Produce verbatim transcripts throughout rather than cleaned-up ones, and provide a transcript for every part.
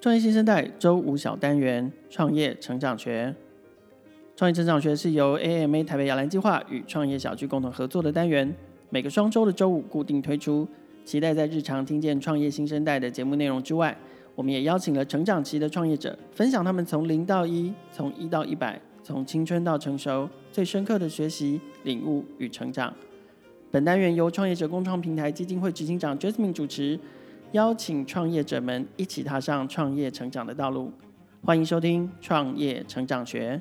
创业新生代周五小单元创业成长学。创业成长学是由 A M A 台北亚兰计划与创业小聚共同合作的单元，每个双周的周五固定推出。期待在日常听见创业新生代的节目内容之外，我们也邀请了成长期的创业者，分享他们从零到一、从一到一百、从青春到成熟最深刻的学习、领悟与成长。本单元由创业者共创平台基金会执行长 Jasmine 主持，邀请创业者们一起踏上创业成长的道路。欢迎收听创业成长学。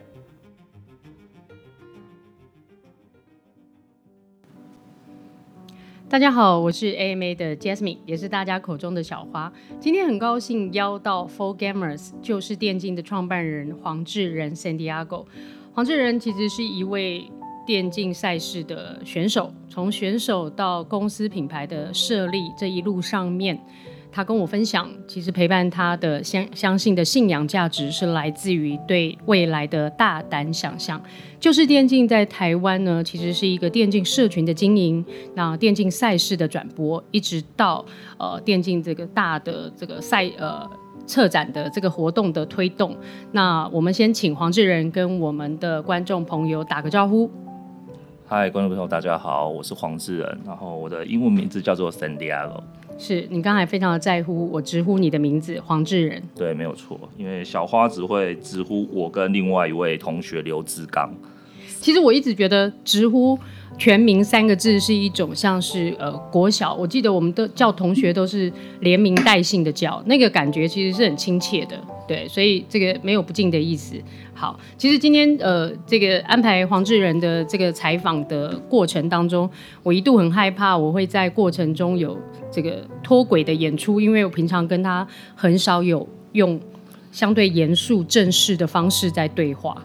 大家好，我是 A M A 的 Jasmine， 也是大家口中的小花。今天很高兴邀到 four gamers 就是电竞的创办人黄志仁 Santiago。黄志仁其实是一位电竞赛事的选手，从选手到公司品牌的设立这一路上面，他跟我分享，其实陪伴他的 相, 相信的信仰价值是来自于对未来的大胆想象。就是电竞在台湾呢，其实是一个电竞社群的经营，那电竞赛事的转播，一直到呃电竞这个大的这个赛呃策展的这个活动的推动。那我们先请黄志仁跟我们的观众朋友打个招呼。 嗨，观众朋友，大家好，我是黄志仁，然后我的英文名字叫做 Santiago。 是你刚才非常的在乎我直呼你的名字黄志仁。 对，没有错，因为小花只会直呼我跟另外一位同学刘志刚。 其实我一直觉得直呼全名三个字是一种像是呃国小，我记得我们都叫同学都是连名带姓的叫，那个感觉其实是很亲切的。对，所以这个没有不敬的意思。好，其实今天呃这个安排黄志仁的这个采访的过程当中，我一度很害怕我会在过程中有这个脱轨的演出，因为我平常跟他很少有用相对严肃正式的方式在对话。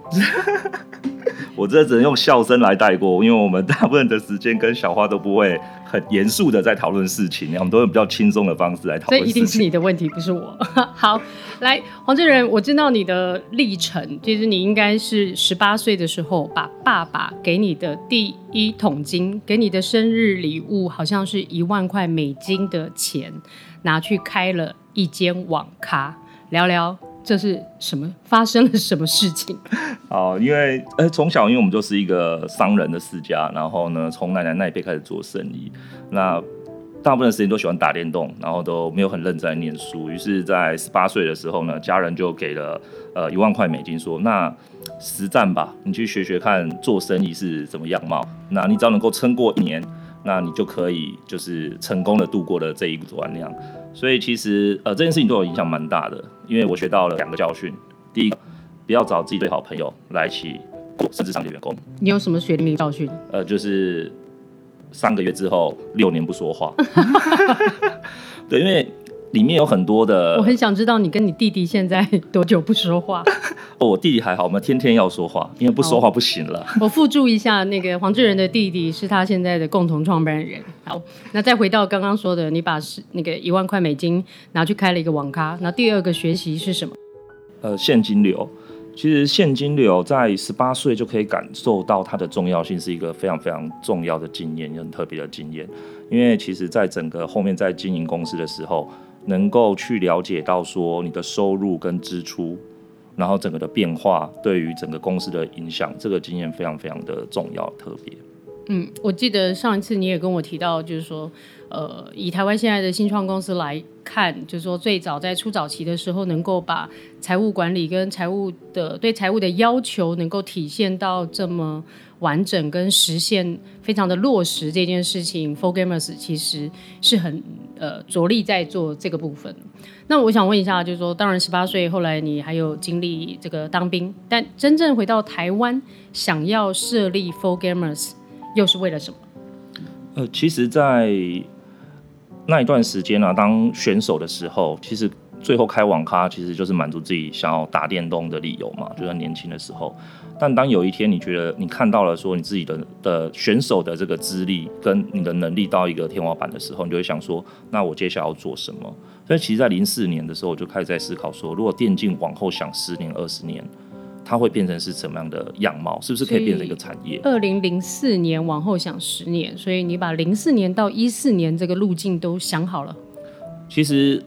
我这只能用笑声来带过，因为我们大部分的时间跟小花都不会很严肃的在讨论事情，我们都用比较轻松的方式来讨论事情。 这一定是你的问题，不是我。好，来，黄志仁，我知道你的历程，其实你应该是十八岁的时候，把爸爸给你的第一桶金，给你的生日礼物，好像是一万块美金的钱，拿去开了一间网咖，聊聊。这是什么？发生了什么事情？ 好，因为呃从小因为我们就是一个商人的世家，然后呢从奶奶那一辈开始做生意，那大部分的时间都喜欢打电动，然后都没有很认真在念书。于是，在十八岁的时候呢，家人就给了呃一万块美金，说那实战吧，你去学学看做生意是怎么样貌。那你只要能够撑过一年，那你就可以就是成功的度过了这一关那样。所以其实呃这件事情对我影响蛮大的，因为我学到了两个教训。第一个，不要找自己最好的朋友来一起过，甚至上你的员工。 你有什么学历教训？ 呃，就是三个月之后六年不说话。对，因为里面有很多的， 我很想知道你跟你弟弟现在多久不说话。 哦，我弟弟还好，我们天天要说话，因为不说话不行了。 我附注一下，那个黄志仁的弟弟是他现在的共同创办人。好，那再回到刚刚说的，你把那个一万块美金拿去开了一个网咖，那第二个学习是什么？ 呃，现金流。其实现金流在十八岁就可以感受到它的重要性，是一个非常非常重要的经验，很特别的经验。因为其实在整个后面在经营公司的时候，能够去了解到说你的收入跟支出，然后整个的变化对于整个公司的影响，这个经验非常非常的重要特别。 嗯，我记得上一次你也跟我提到，就是说，呃，以台湾现在的新创公司来看，就是说最早在初早期的时候，能够把财务管理跟财务的对财务的要求能够体现到这么完整跟实现非常的落实这件事情 four gamers 其实是很呃着力在做这个部分。那我想问一下，就是说，当然十八岁后来你还有经历这个当兵，但真正回到台湾想要设立 four gamers又是为了什么？ 呃，其实，在那一段时间啊，当选手的时候，其实最后开网咖其实就是满足自己想要打电动的理由嘛，就在年轻的时候。但当有一天你觉得你看到了说你自己的的选手的这个资历跟你的能力到一个天花板的时候，你就会想说，那我接下来要做什么？所以其实，在零四年的时候，我就开始在思考说，如果电竞往后想十年、二十年，它会变成是什么样的样貌？是不是可以变成一个产业？ 二零零四年往后想十年，所以你把零四年到一四年这个路径都想好了。 其实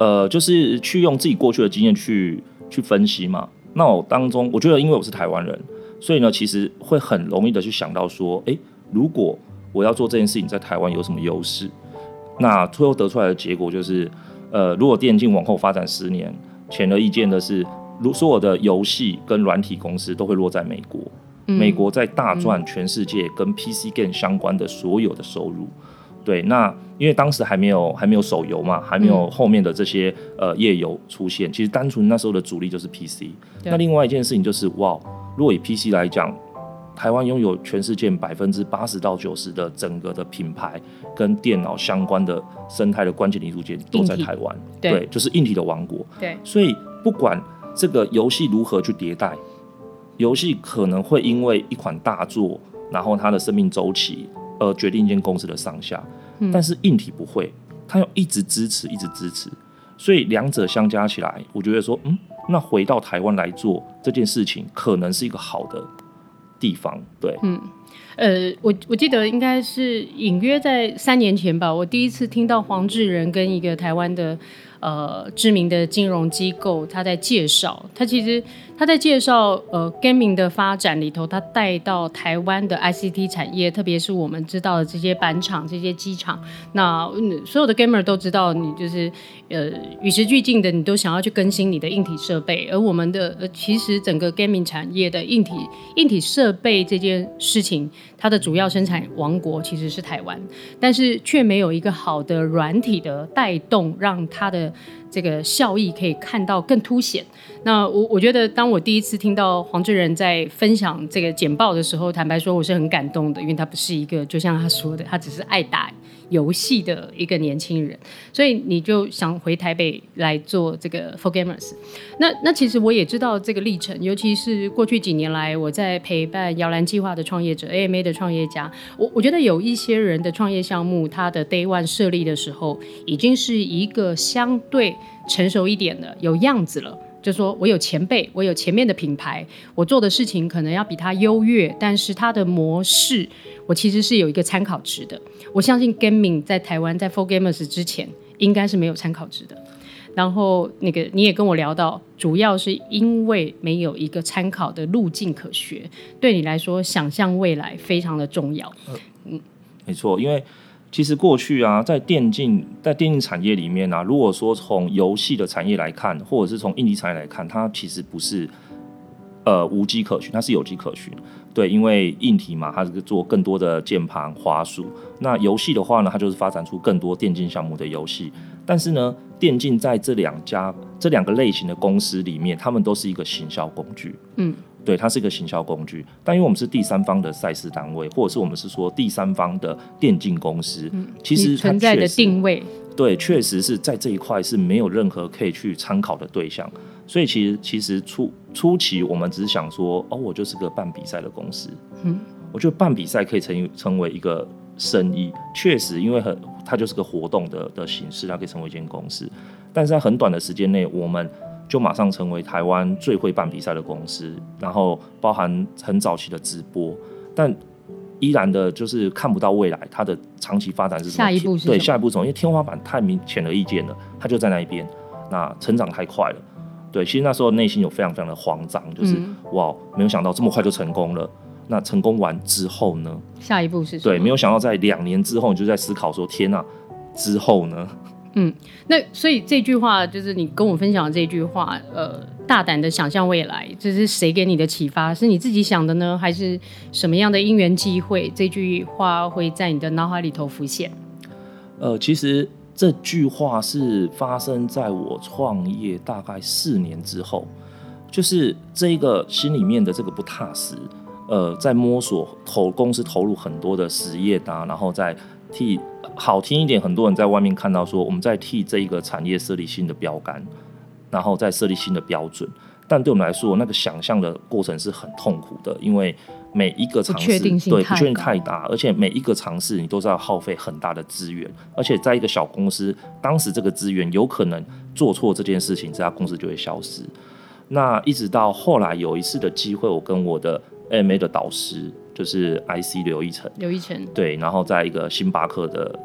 呃，就是去用自己过去的经验去去分析嘛。那我当中，我觉得因为我是台湾人，所以呢，其实会很容易的去想到说，哎，如果我要做这件事情，在台湾有什么优势？那最后得出来的结果就是，呃，如果电竞往后发展十年，显而易见的是，如所有的游戏跟软体公司都会落在美国，嗯、美国在大赚全世界跟 P C game 相关的所有的收入。对，那因为当时还没有还没有手游嘛，还没有后面的这些呃页游出现，其实单纯那时候的主力就是 P C。那另外一件事情就是，哇，如果以 P C 来讲，台湾拥有全世界百分之八十到九十的整个的品牌跟电脑相关的生态的关键零组件都在台湾，对，对，就是硬体的王国。 对， 所以不管这个游戏如何去迭代，游戏可能会因为一款大作，然后它的生命周期。呃，决定一间公司的上下，嗯、但是硬体不会，它要一直支持，一直支持，所以两者相加起来，我觉得说，嗯，那回到台湾来做这件事情，可能是一个好的地方，对， 嗯，呃，我我记得应该是隐约在三年前吧，我第一次听到黄志仁跟一个台湾的呃知名的金融机构他在介绍，他其实他在介绍呃 gaming 的发展里头，他带到台湾的 I C T 产业，特别是我们知道的这些板厂、这些机厂，那、嗯、所有的 gamer 都知道，你就是呃与时俱进的，你都想要去更新你的硬体设备，而我们的呃其实整个 gaming 产业的硬体硬体设备这件事情，它的主要生产王国其实是台湾，但是却没有一个好的软体的带动，让它的这个效益可以看到更凸显。那 我, 我觉得当我第一次听到黄志仁在分享这个简报的时候，坦白说我是很感动的，因为他不是一个就像他说的，他只是爱打游戏的一个年轻人，所以你就想回台北来做这个 For Gamers。 那, 那其实我也知道这个历程，尤其是过去几年来我在陪伴摇篮计划的创业者 A M A 的创业家， 我, 我觉得有一些人的创业项目他的 Day One 设立的时候已经是一个相对成熟一点的有样子了，就说我有前辈，我有前面的品牌，我做的事情可能要比他优越，但是他的模式我其实是有一个参考值的。我相信 Gaming 在台湾在 For Gamers 之前应该是没有参考值的，然后那个你也跟我聊到，主要是因为没有一个参考的路径可学，对你来说想象未来非常的重要。嗯， 没错，因为其实过去啊，在电竞在电竞产业里面啊，如果说从游戏的产业来看，或者是从硬体产业来看，它其实不是呃无迹可循，它是有迹可循。对，因为硬体嘛，它是做更多的键盘、滑鼠。那游戏的话呢，它就是发展出更多电竞项目的游戏。但是呢，电竞在这两家这两个类型的公司里面，他们都是一个行销工具。嗯。对，它是一个行销工具，但因为我们是第三方的赛事单位，或者是我们是说第三方的电竞公司，嗯、其实它存在的定位， 对，确实是在这一块是没有任何可以去参考的对象，所以其实其实初初期我们只是想说，哦，我就是个办比赛的公司，嗯，我觉得办比赛可以成成为一个生意，确实，因为很它就是个活动的的形式，它可以成为一间公司，但是在很短的时间内，我们就马上成为台湾最会办比赛的公司，然后包含很早期的直播，但依然的就是看不到未来它的长期发展是什么， 下一步是什么？ 对，下一步是什么？因为天花板太明显而易见了，它就在那一边，那成长太快了。对，其实那时候内心有非常非常的慌张，就是、嗯、哇，没有想到这么快就成功了。那成功完之后呢？ 下一步是什么？ 对，没有想到在两年之后，你就在思考说，天哪，之后呢？ 嗯，那所以这句话就是你跟我分享的这句话，呃，大胆的想象未来，这是谁给你的启发？是你自己想的呢，还是什么样的因缘际会？这句话会在你的脑海里头浮现？ 呃，其实这句话是发生在我创业大概四年之后，就是这个心里面的这个不踏实，呃，在摸索投公司投入很多的实业啊，然后再替好听一点，很多人在外面看到说我们在替这一个产业设立新的标杆，然后再设立新的标准，但对我们来说那个想象的过程是很痛苦的，因为每一个尝试对不确定太大，而且每一个尝试你都是要耗费很大的资源，而且在一个小公司，当时这个资源有可能做错这件事情，这家公司就会消失。那一直到后来有一次的机会，我跟我的 A M A 的导师就是 I C 刘一成， 刘一成对， 然后在一个星巴克的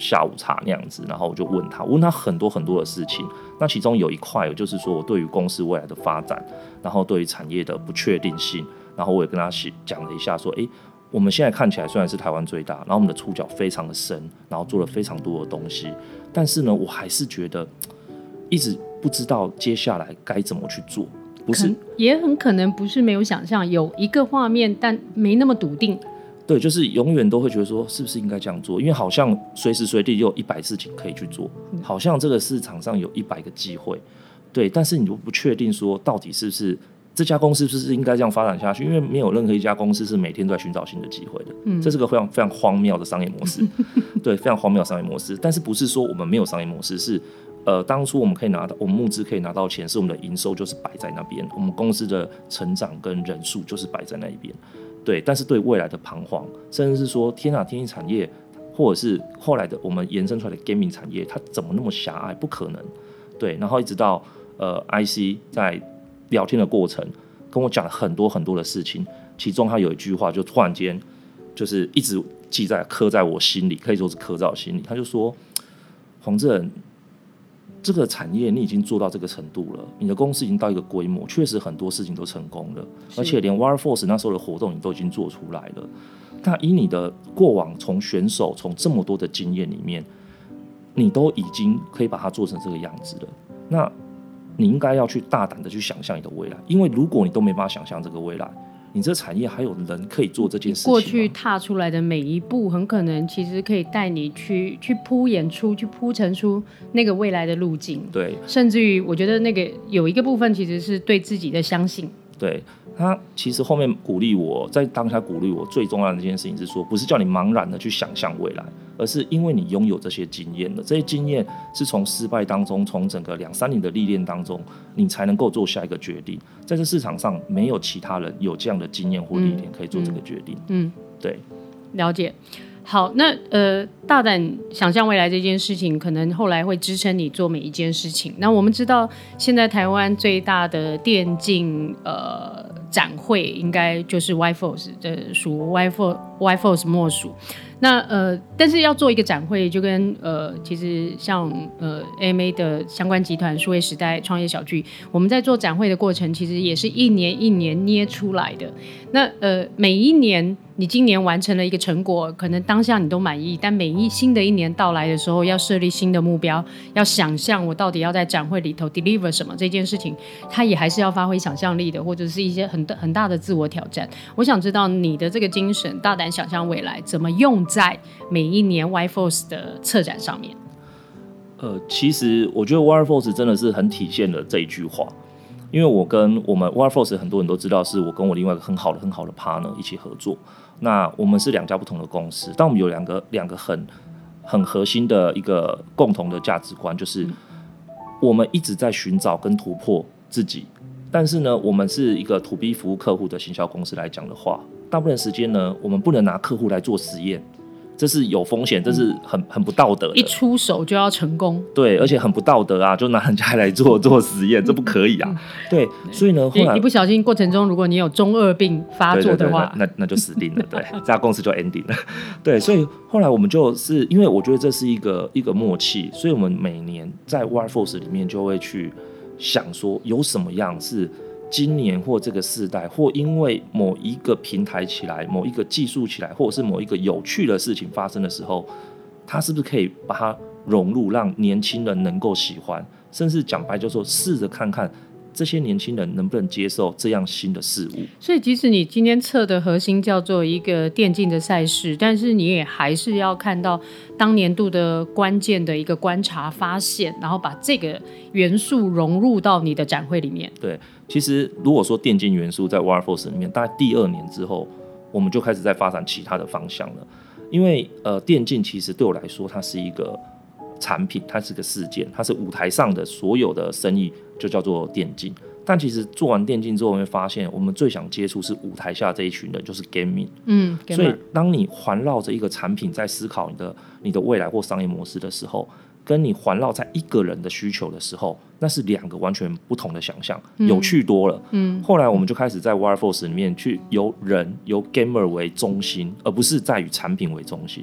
下午茶那样子，然后我就问他，我问他很多很多的事情。那其中有一块就是说我对于公司未来的发展，然后对于产业的不确定性，然后我也跟他讲了一下说，哎，我们现在看起来虽然是台湾最大，然后我们的触角非常的深，然后做了非常多的东西，但是呢，我还是觉得一直不知道接下来该怎么去做。不是， 也很可能不是没有想象，有一个画面，但没那么笃定。 对，就是永远都会觉得说，是不是应该这样做？因为好像随时随地就有一百事情可以去做，好像这个市场上有一百个机会，对，但是你都不确定说到底是不是这家公司是不是应该这样发展下去？因为没有任何一家公司是每天都在寻找新的机会的，嗯，这是个非常非常荒谬的商业模式，对，非常荒谬的商业模式。但是不是说我们没有商业模式，是呃，当初我们可以拿到，我们募资可以拿到钱，是我们的营收就是摆在那边，我们公司的成长跟人数就是摆在那一边，对。但是对未来的彷徨，甚至是说天啊，天气产业，或者是后来的我们延伸出来的 gaming 产业，它怎么那么狭隘？不可能，对。然后一直到呃 I C 在聊天的过程，跟我讲了很多很多的事情，其中他有一句话就突然间就是一直记在刻在我心里，可以说是刻在我心里。他就说，黄志仁，这个产业你已经做到这个程度了，你的公司已经到一个规模，确实很多事情都成功了，而且连 Wireforce 那时候的活动你都已经做出来了。那以你的过往从选手从这么多的经验里面，你都已经可以把它做成这个样子了，那你应该要去大胆的去想象你的未来，因为如果你都没办法想象这个未来，你这产业还有人可以做这件事情吗？ 过去踏出来的每一步，很可能其实可以带你去去铺演出，去铺陈出那个未来的路径。 对， 甚至于我觉得那个有一个部分其实是对自己的相信。 对，他其实后面鼓励我，在当下鼓励我最重要的一件事情是说，不是叫你茫然的去想象未来，而是因为你拥有这些经验了，这些经验是从失败当中，从整个两三年的历练当中，你才能够做下一个决定。在这市场上，没有其他人有这样的经验或历练可以做这个决定。嗯，嗯对， 了解。好，那呃，大胆想象未来这件事情，可能后来会支撑你做每一件事情。那我们知道，现在台湾最大的电竞呃展会，应该就是 Wireforce 的属 Wireforce Wireforce 莫属。那呃，但是要做一个展会，就跟呃，其实像呃 A M A 的相关集团数位时代创业小聚，我们在做展会的过程，其实也是一年一年捏出来的。那呃，每一年你今年完成了一个成果，可能当下你都满意，但每一新的一年到来的时候，要设立新的目标，要想象我到底要在展会里头 deliver 什么这件事情，它也还是要发挥想象力的，或者是一些很很大的自我挑战。我想知道你的这个精神，大胆想象未来，怎么用在每一年 Wireforce 的策展上面？ 呃，其实我觉得 Wireforce 真的是很体现了这一句话。因为我跟我们 Wireforce 很多人都知道，是我跟我另外一个很好的很好的 partner 一起合作。那我们是两家不同的公司，但我们有两个两个很很核心的一个共同的价值观，就是我们一直在寻找跟突破自己。但是呢，我们是一个 to B 服务客户的行销公司来讲的话，大部分时间呢，我们不能拿客户来做实验。这是有风险，这是很很不道德的。 一出手就要成功， 对，而且很不道德啊！就拿人家来做做实验，这不可以啊！对，所以呢，后来一不小心过程中，如果你有中二病发作的话， 对对对，那那就死定了。对，这家公司就 ending 了。对，所以后来我们就是因为我觉得这是一个一个默契，所以我们每年在 Wireforce 里面就会去想说，有什么样是今年或这个世代，或因为某一个平台起来，某一个技术起来，或者是某一个有趣的事情发生的时候，它是不是可以把它融入，让年轻人能够喜欢，甚至讲白就说，试着看看这些年轻人能不能接受这样新的事物。 所以即使你今天测的核心叫做一个电竞的赛事，但是你也还是要看到当年度的关键的一个观察发现，然后把这个元素融入到你的展会里面。 对，其实如果说电竞元素在 Wireforce 里面，大概第二年之后，我们就开始在发展其他的方向了。因为呃，电竞其实对我来说，它是一个产品，它是个事件，它是舞台上的所有的生意就叫做电竞。但其实做完电竞之后，我们会发现，我们最想接触是舞台下这一群人，就是 gaming。嗯，所以当你环绕着一个产品在思考你的你的未来或商业模式的时候，跟你环绕在一个人的需求的时候，那是两个完全不同的想象，嗯、有趣多了。嗯，后来我们就开始在 Wireforce 里面去由人由 gamer 为中心，而不是在于产品为中心。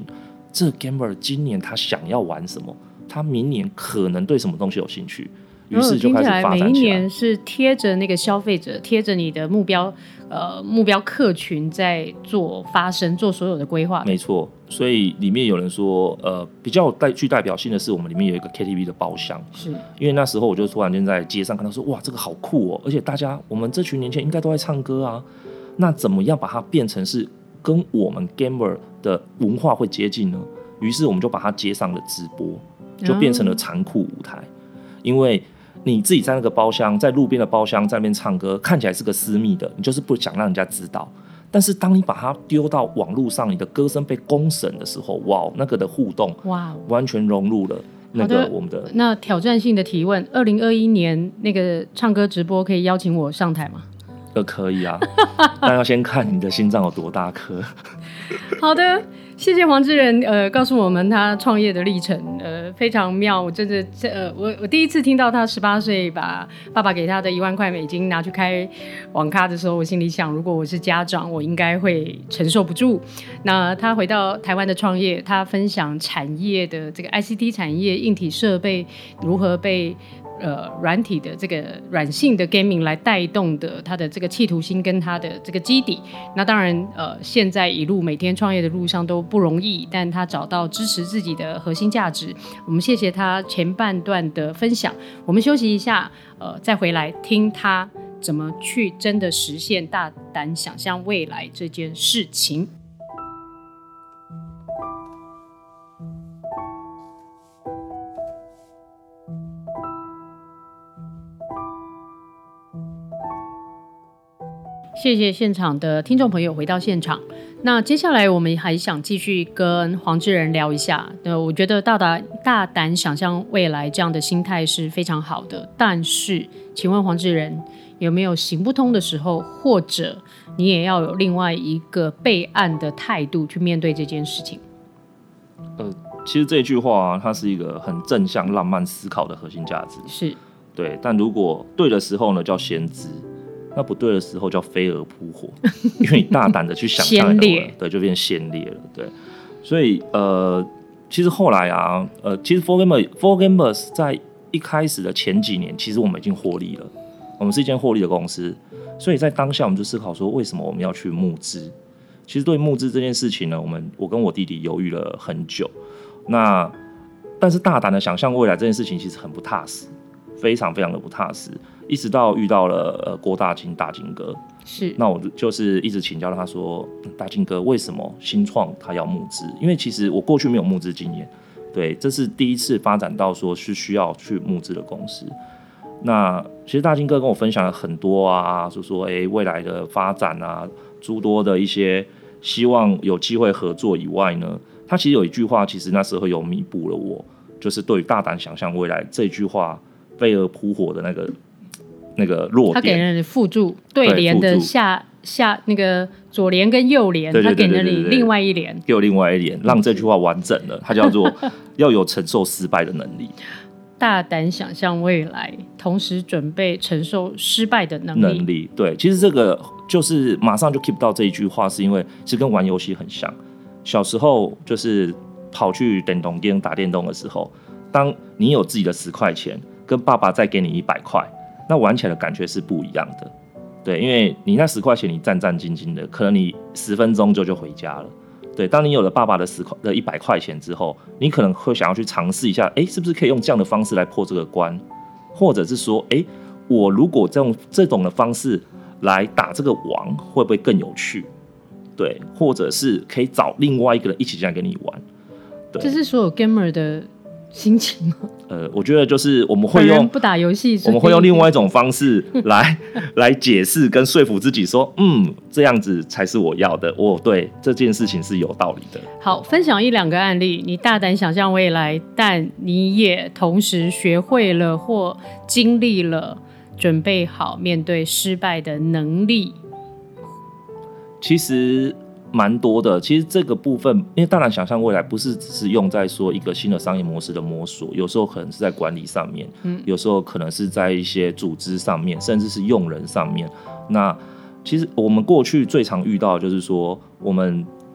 这 gamer 今年他想要玩什么，他明年可能对什么东西有兴趣，于是就开始发展起来。 每一年是贴着那个消费者，贴着你的目标呃目标客群在做发声，做所有的规划。 没错，所以里面有人说，呃，比较带具代表性的是，我们里面有一个 K T V 的包厢， 是因为那时候我就突然间在街上看到说，哇，这个好酷哦！而且大家我们这群年轻人应该都在唱歌啊，那怎么样把它变成是跟我们 gamer 的文化会接近呢？于是我们就把它接上了直播，就变成了残酷舞台，嗯、因为你自己在那个包厢，在路边的包厢在那边唱歌，看起来是个私密的，你就是不想让人家知道。但是当你把它丢到网络上，你的歌声被公审的时候，哇，那个的互动，哇，完全融入了那个我们的。 的那挑战性的提问：二零二一年那个唱歌直播可以邀请我上台吗？ 呃，可以啊，但要先看你的心脏有多大颗。 好的，谢谢黄志仁，呃，告诉我们他创业的历程，呃，非常妙。我真的，呃，我我第一次听到他十八岁把爸爸给他的一万块美金拿去开网咖的时候，我心里想，如果我是家长，我应该会承受不住。那他回到台湾的创业，他分享产业的这个 I C T 产业硬体设备如何被。呃，软体的这个软性的 gaming 来带动的他的这个企图心跟他的这个基底，那当然呃，现在一路每天创业的路上都不容易，但他找到支持自己的核心价值。我们谢谢他前半段的分享，我们休息一下，呃，再回来听他怎么去真的实现大胆想象未来这件事情。谢谢现场的听众朋友回到现场。那接下来我们还想继续跟黄志仁聊一下。呃，我觉得大胆大胆想象未来这样的心态是非常好的。但是，请问黄志仁有没有行不通的时候，或者你也要有另外一个备案的态度去面对这件事情？ 呃，其实这句话、啊、它是一个很正向、浪漫思考的核心价值。 是对，但如果对的时候呢，叫先知。那不对的时候叫飞蛾扑火，因为你大胆的去想象，对，就变先烈了，对。所以呃，其实后来啊，呃，其实 four gamers four gamers 在一开始的前几年，其实我们已经获利了，我们是一间获利的公司，所以在当下我们就思考说，为什么我们要去募资？其实对募资这件事情呢，我们我跟我弟弟犹豫了很久。那但是大胆的想象未来这件事情，其实很不踏实。非常非常的不踏实，一直到遇到了呃郭大金大金哥， 是， 那我就是一直请教他说，大金哥为什么新创他要募资？因为其实我过去没有募资经验，对，这是第一次发展到说是需要去募资的公司。那其实大金哥跟我分享了很多啊，就说哎、欸、未来的发展啊，诸多的一些希望有机会合作以外呢，他其实有一句话，其实那时候有弥补了我，就是对于大胆想象未来这句话。飞蛾扑火的那个那个弱点， 他给了你附注对联的下下那个左联跟右联，他给了你另外一联， 给我另外一联，让这句话完整了。它叫做要有承受失败的能力， 大胆想象未来，同时准备承受失败的能力。 能力对，其实这个就是马上就 keep 到这一句话，是因为其实跟玩游戏很像。小时候就是跑去电动店打电动的时候，当你有自己的十块钱。跟爸爸再给你一百块，那玩起来的感觉是不一样的，对，因为你那十块钱你战战兢兢的，可能你十分钟就就回家了，对。当你有了爸爸的十块的一百块钱之后，你可能会想要去尝试一下，哎，是不是可以用这样的方式来破这个关，或者是说，哎，我如果这种这种的方式来打这个王，会不会更有趣？对，或者是可以找另外一个人一起这样跟你玩，对。 这是所有 gamer 的心情吗？ 呃，我觉得就是我们会用不打游戏， 我们会用另外一种方式来来解释跟说服自己说，嗯，这样子才是我要的，我对这件事情是有道理的。 好，分享一两个案例，你大胆想象未来，但你也同时学会了或经历了准备好面对失败的能力。 其实蛮多的，其实这个部分，因为大胆想象未来不是只是用在说一个新的商业模式的摸索，有时候可能是在管理上面，嗯，有时候可能是在一些组织上面，甚至是用人上面。那其实我们过去最常遇到的就是说，我们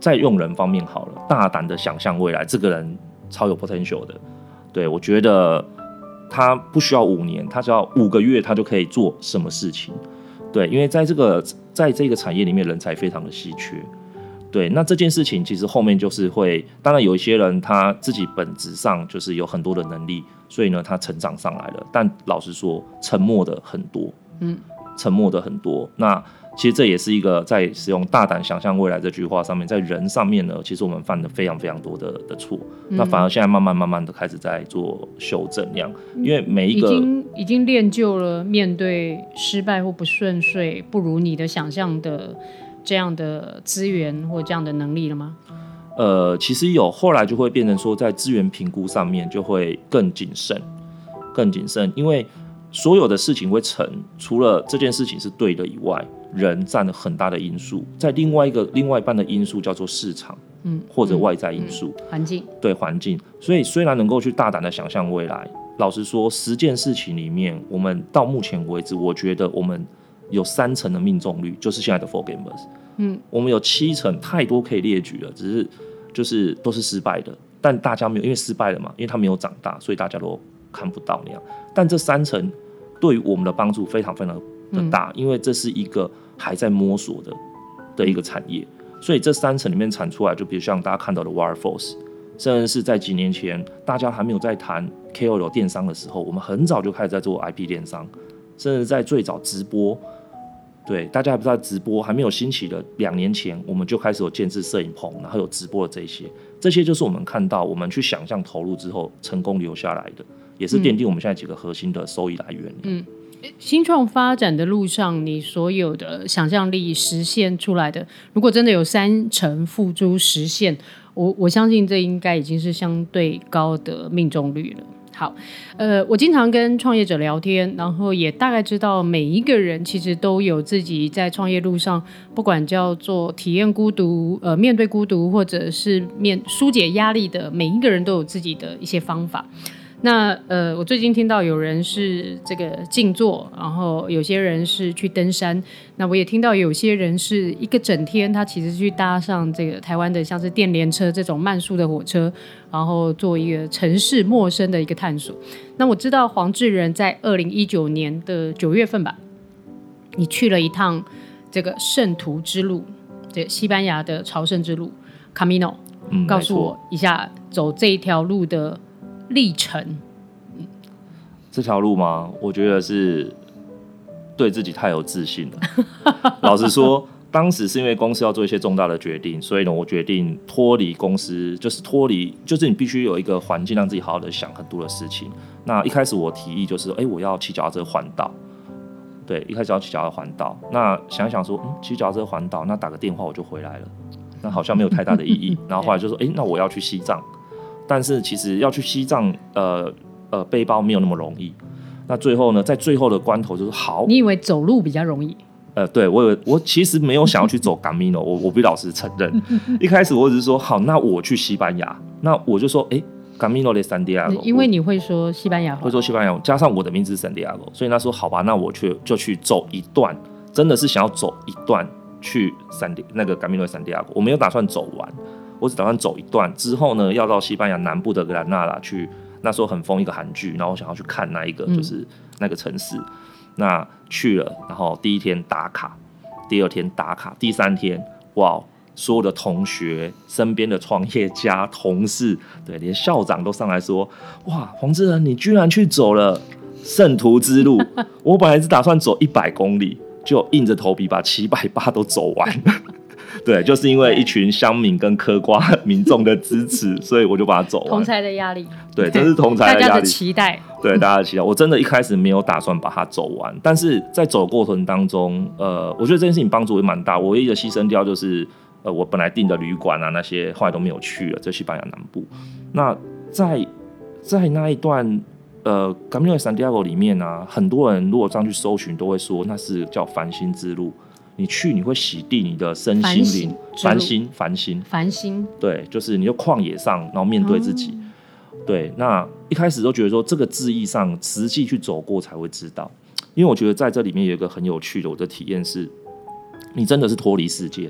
在用人方面好了，大胆的想象未来，这个人超有 potential 的。对，我觉得他不需要五年，他只要五个月，他就可以做什么事情。对，因为在这个在这个产业里面，人才非常的稀缺。对，那这件事情其实后面就是会，当然有一些人他自己本质上就是有很多的能力，所以呢他成长上来了。但老实说，沉默的很多，嗯，沉默的很多。那其实这也是一个在使用大胆想象未来这句话上面，在人上面呢，其实我们犯了非常非常多的的错。嗯、那反而现在慢慢慢慢的开始在做修正，那样，因为每一个已经已经练就了面对失败或不顺遂不如你的想象的这样的资源或这样的能力了吗？ 呃，其实有，后来就会变成说，在资源评估上面就会更谨慎，更谨慎，因为所有的事情会成，除了这件事情是对的以外，人占了很大的因素，在另外一个另外一半的因素叫做市场，嗯，或者外在因素， 环、嗯嗯、境， 对环境。所以虽然能够去大胆的想象未来，老实说，十件事情里面，我们到目前为止，我觉得我们有三成的命中率，就是现在的 four gamers。嗯，我们有七成，太多可以列举了，只是就是都是失败的，但大家没有，因为失败了嘛，因为他没有长大，所以大家都看不到那样。但这三成对于我们的帮助非常非常的大，嗯、因为这是一个还在摸索的的一个产业，所以这三成里面产出来，就比如像大家看到的 Wireforce， 甚至是在几年前大家还没有在谈 K O L 电商的时候，我们很早就开始在做 I P 电商，甚至在最早直播。对，大家还不知道直播还没有兴起的两年前，我们就开始有建置摄影棚，然后有直播的这些，这些就是我们看到我们去想象投入之后成功留下来的，也是奠定我们现在几个核心的收益来源。嗯， 新创发展的路上，你所有的想象力实现出来的，如果真的有三成付诸实现，我我相信这应该已经是相对高的命中率了。好，呃，我经常跟创业者聊天，然后也大概知道每一个人其实都有自己在创业路上，不管叫做体验孤独、呃，面对孤独，或者是面疏解压力的，每一个人都有自己的一些方法。那呃，我最近听到有人是这个静坐，然后有些人是去登山，那我也听到有些人是一个整天，他其实去搭上这个台湾的像是电联车这种慢速的火车，然后做一个城市陌生的一个探索。那我知道黄志仁在二零一九年的九月份吧，你去了一趟这个圣徒之路，这个西班牙的朝圣之路 Camino，嗯，告诉我一下走这一条路的历程。嗯、 这条路吗？我觉得是对自己太有自信了。老实说，当时是因为公司要做一些重大的决定，所以呢，我决定脱离公司，就是脱离，就是你必须有一个环境让自己好好的想很多的事情。那一开始我提议就是，哎、欸，我要骑脚踏车环岛。对，一开始要骑脚踏车环岛。那想一想说，嗯，骑脚踏车环岛，那打个电话我就回来了，那好像没有太大的意义。然后后来就说，哎、欸，那我要去西藏。但是其实要去西藏，呃呃，背包没有那么容易。那最后呢，在最后的关头就是好。 你以为走路比较容易？ 呃，对，我以为我其实没有想要去走 Camino， 我我必须老实承认。一开始我只是说好，那我去西班牙，那我就说，哎 ，Camino de Santiago， 因为你会说西班牙话， 会说西班牙话，加上我的名字是 Santiago， 所以他说好吧，那我去就去走一段，真的是想要走一段去那个 Camino de Santiago， 我没有打算走完。我只打算走一段之后呢，要到西班牙南部的格兰纳拉去。那时候很疯一个韩剧，然后我想要去看那一个，就是那个城市。嗯、那去了，然后第一天打卡，第二天打卡，第三天，哇，所有的同学、身边的创业家、同事，对，连校长都上来说：“哇，黄志仁，你居然去走了圣徒之路！我本来是打算走一百公里，就硬着头皮把七百八都走完。”对，就是因为一群乡民跟嗑瓜民众的支持，所以我就把它走完。 同侪的压力， 对，这是同侪的压力， 大家的期待， 对大家的期待。我真的一开始没有打算把它走完，但是在走的过程当中，呃，我觉得这件事情帮助也蛮大。我唯一的牺牲掉就是，呃，我本来订的旅馆啊那些，后来都没有去了，在西班牙南部。那在在那一段呃 Camino de Santiago 里面啊，很多人如果上去搜寻，都会说那是叫繁星之路。你去你会洗涤你的身心灵，繁星繁星繁星， 对，就是你就旷野上，然后面对自己。哦、对，那一开始都觉得说这个字义上实际去走过才会知道，因为我觉得在这里面有一个很有趣的我的体验是，你真的是脱离世界，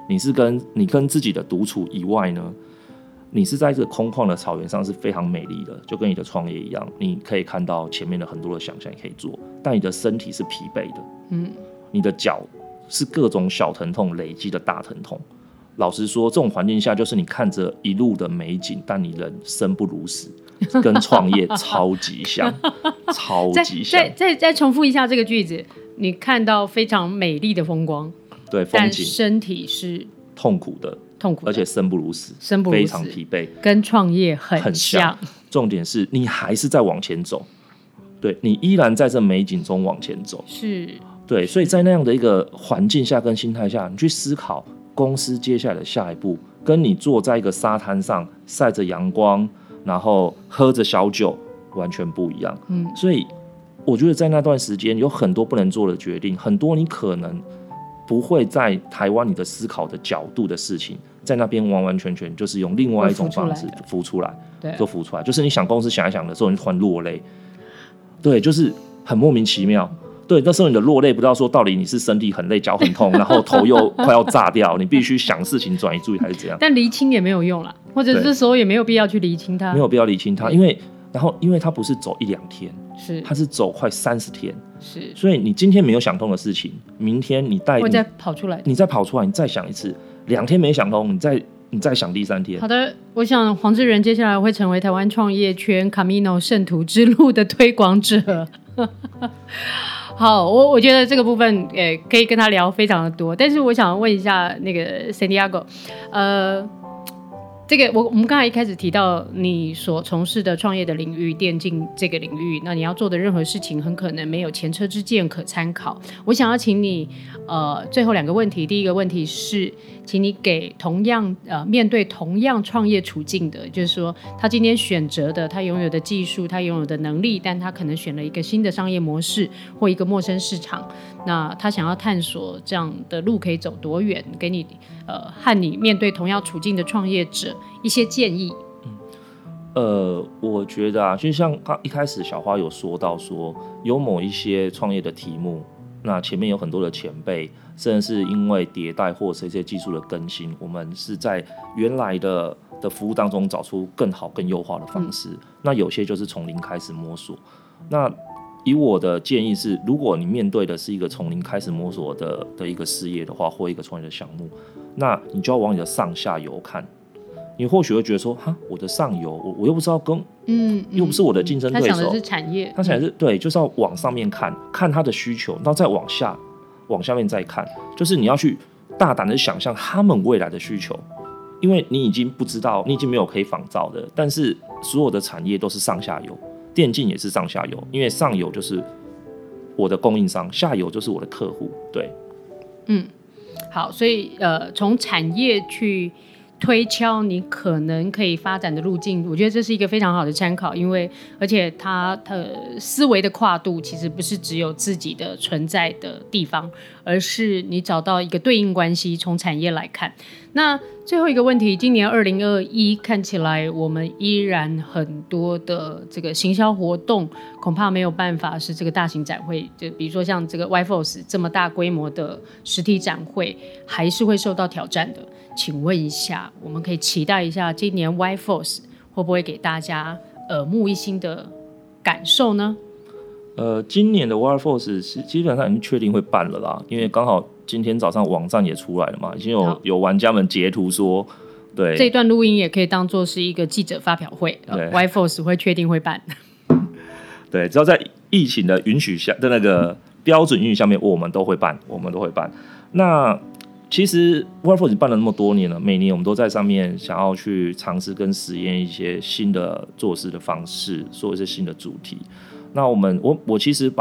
你是跟你跟自己的独处以外呢，你是在这个空旷的草原上是非常美丽的，就跟你的创业一样，你可以看到前面的很多的想象可以做，但你的身体是疲惫的，嗯，你的脚是各种小疼痛累积的大疼痛。老实说，这种环境下就是你看着一路的美景，但你人生不如死，跟创业超级像，超级像。 再再再重复一下这个句子，你看到非常美丽的风光， 对，风景， 但身体是痛苦的。痛苦，而且生不如死， 生不如死， 非常疲惫， 跟创业很像。很像。 重点是你还是在往前走，对，你依然在这美景中往前走， 是， 对，所以在那样的一个环境下跟心态下，你去思考公司接下来的下一步，跟你坐在一个沙滩上晒着阳光，然后喝着小酒，完全不一样。嗯，所以我觉得在那段时间有很多不能做的决定，很多你可能不会在台湾你的思考的角度的事情，在那边完完全全就是用另外一种方式浮出来，对，就浮出来，就是你想公司想一想的时候，你突然落泪，对，就是很莫名其妙。对，那时候你的落泪不知道说到底你是身体很累、脚很痛，然后头又快要炸掉，你必须想事情转移注意还是怎样？ 但厘清也没有用啦，或者这时候也没有必要去厘清它， 没有必要厘清它，因为然后因为它不是走一两天， 是它是走快三十天。 是， 所以你今天没有想通的事情，明天你带会再跑出来， 你再跑出来，你再想一次，两天没想通，你再你再想第三天。 好的，我想黄志仁接下来会成为台湾创业圈 Camino 圣徒之路的推广者。好，我我觉得这个部分呃可以跟他聊非常的多，但是我想问一下那个 Santiago， 呃。这个我我们刚才一开始提到你所从事的创业的领域电竞这个领域，那你要做的任何事情很可能没有前车之鉴可参考。我想要请你呃最后两个问题，第一个问题是请你给同样呃面对同样创业处境的，就是说他今天选择的他拥有的技术他拥有的能力，但他可能选了一个新的商业模式或一个陌生市场，那他想要探ung这样的路可以走多远，给你呃和你面对同样处境的创业者一些建议。 嗯，呃，我觉得啊，就像刚一开始小花有说到说，有某一些创业的题目，那前面有很多的前辈，甚至是因为迭代或者一些技术的更新，我们是在原来的的服务当中找出更好、更优化的方式。嗯、那有些就是从零开始摸索。那以我的建议是，如果你面对的是一个从零开始摸索 的, 的一个事业的话，或一个创业的项目，那你就要往你的上下游看。你或许会觉得说，哈，我的上游，我我又不知道跟，嗯，又不是我的竞争对手。 他想的是产业， 他想的是、嗯、对，就是要往上面看，看他的需求，然后再往下，往下面再看，就是你要去大胆的想象他们未来的需求，因为你已经不知道，你已经没有可以仿造的，但是所有的产业都是上下游，电竞也是上下游，因为上游就是我的供应商，下游就是我的客户，对， 嗯，好，所以呃，从产业去推敲你可能可以发展的路径，我觉得这是一个非常好的参考，因为而且它的思维的跨度其实不是只有自己的存在的地方，而是你找到一个对应关系，从产业来看。那最后一个问题，今年二零二一看起来我们依然很多的这个行销活动恐怕没有办法是这个大型展会，就比如说像这个 Y F O S 这么大规模的实体展会还是会受到挑战的。请问一下，我们可以期待一下今年 Y F O S 会不会给大家耳目一新的感受呢？ 呃，今年的 Y F O S 是基本上已经确定会办了啦，因为刚好今天早上网站也出来了嘛，已经有有玩家们截图说，对， 这一段录音也可以当作是一个记者发表会、呃、Y F O S 会确定会办。 对，只要在疫情的允许下的那个标准允许下面，我们都会办，我们都会办。那其实 Y F O S 办了那么多年了，每年我们都在上面想要去尝试跟实验一些新的做事的方式，做一些新的主题。那我们我我其实把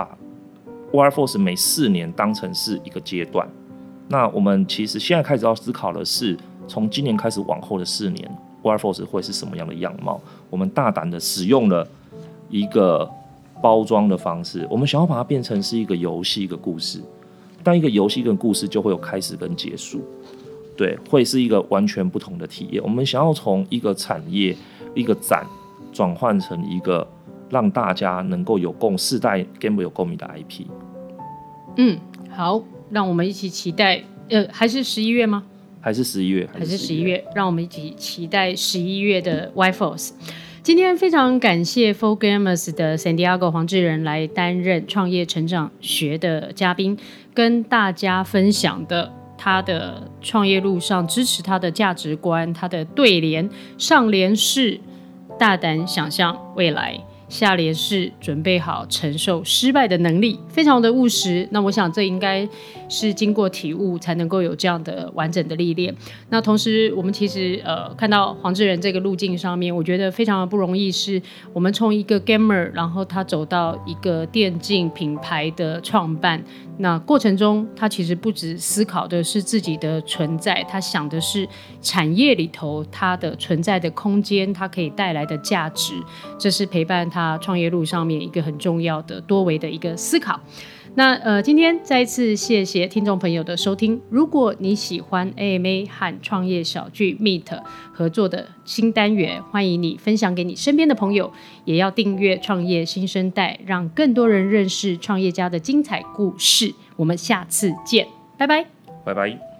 Y F O S 每四年当成是一个阶段。那我们其实现在开始要思考的是，从今年开始往后的四年 ，Y F O S 会是什么样的样貌？我们大胆的使用了一个包装的方式，我们想要把它变成是一个游戏，一个故事。但一个游戏跟故事就会有开始跟结束，对，会是一个完全不同的体验。我们想要从一个产业、一个展转换成一个让大家能够有共世代 Game 有共鸣的 I P。 嗯，好，让我们一起期待。呃，还是十一月吗？ 还是十一月？ 还是十一月？让我们一起期待十一月的 Y Force。今天非常感谢 Four Gamers 的 Santiago 黄志仁来担任创业成长学的嘉宾，跟大家分享的他的创业路上支持他的价值观，他的对联上联是大胆想象未来，下联是准备好承受失败的能力，非常的务实。那我想这应该是经过体悟才能够有这样的完整的历练。那同时我们其实呃看到黄志仁这个路径上面，我觉得非常的不容易，是我们从一个 gamer 然后他走到一个电竞品牌的创办，那过程中他其实不只思考的是自己的存在，他想的是产业里头他的存在的空间，他可以带来的价值，这是陪伴他创业路上面一个很重要的多维的一个思考。那呃，今天再一次谢谢听众朋友的收听。如果你喜欢 A M A 和创业小聚 Meet 合作的新单元，欢迎你分享给你身边的朋友，也要订阅创业新生代，让更多人认识创业家的精彩故事。我们下次见，拜拜， 拜拜。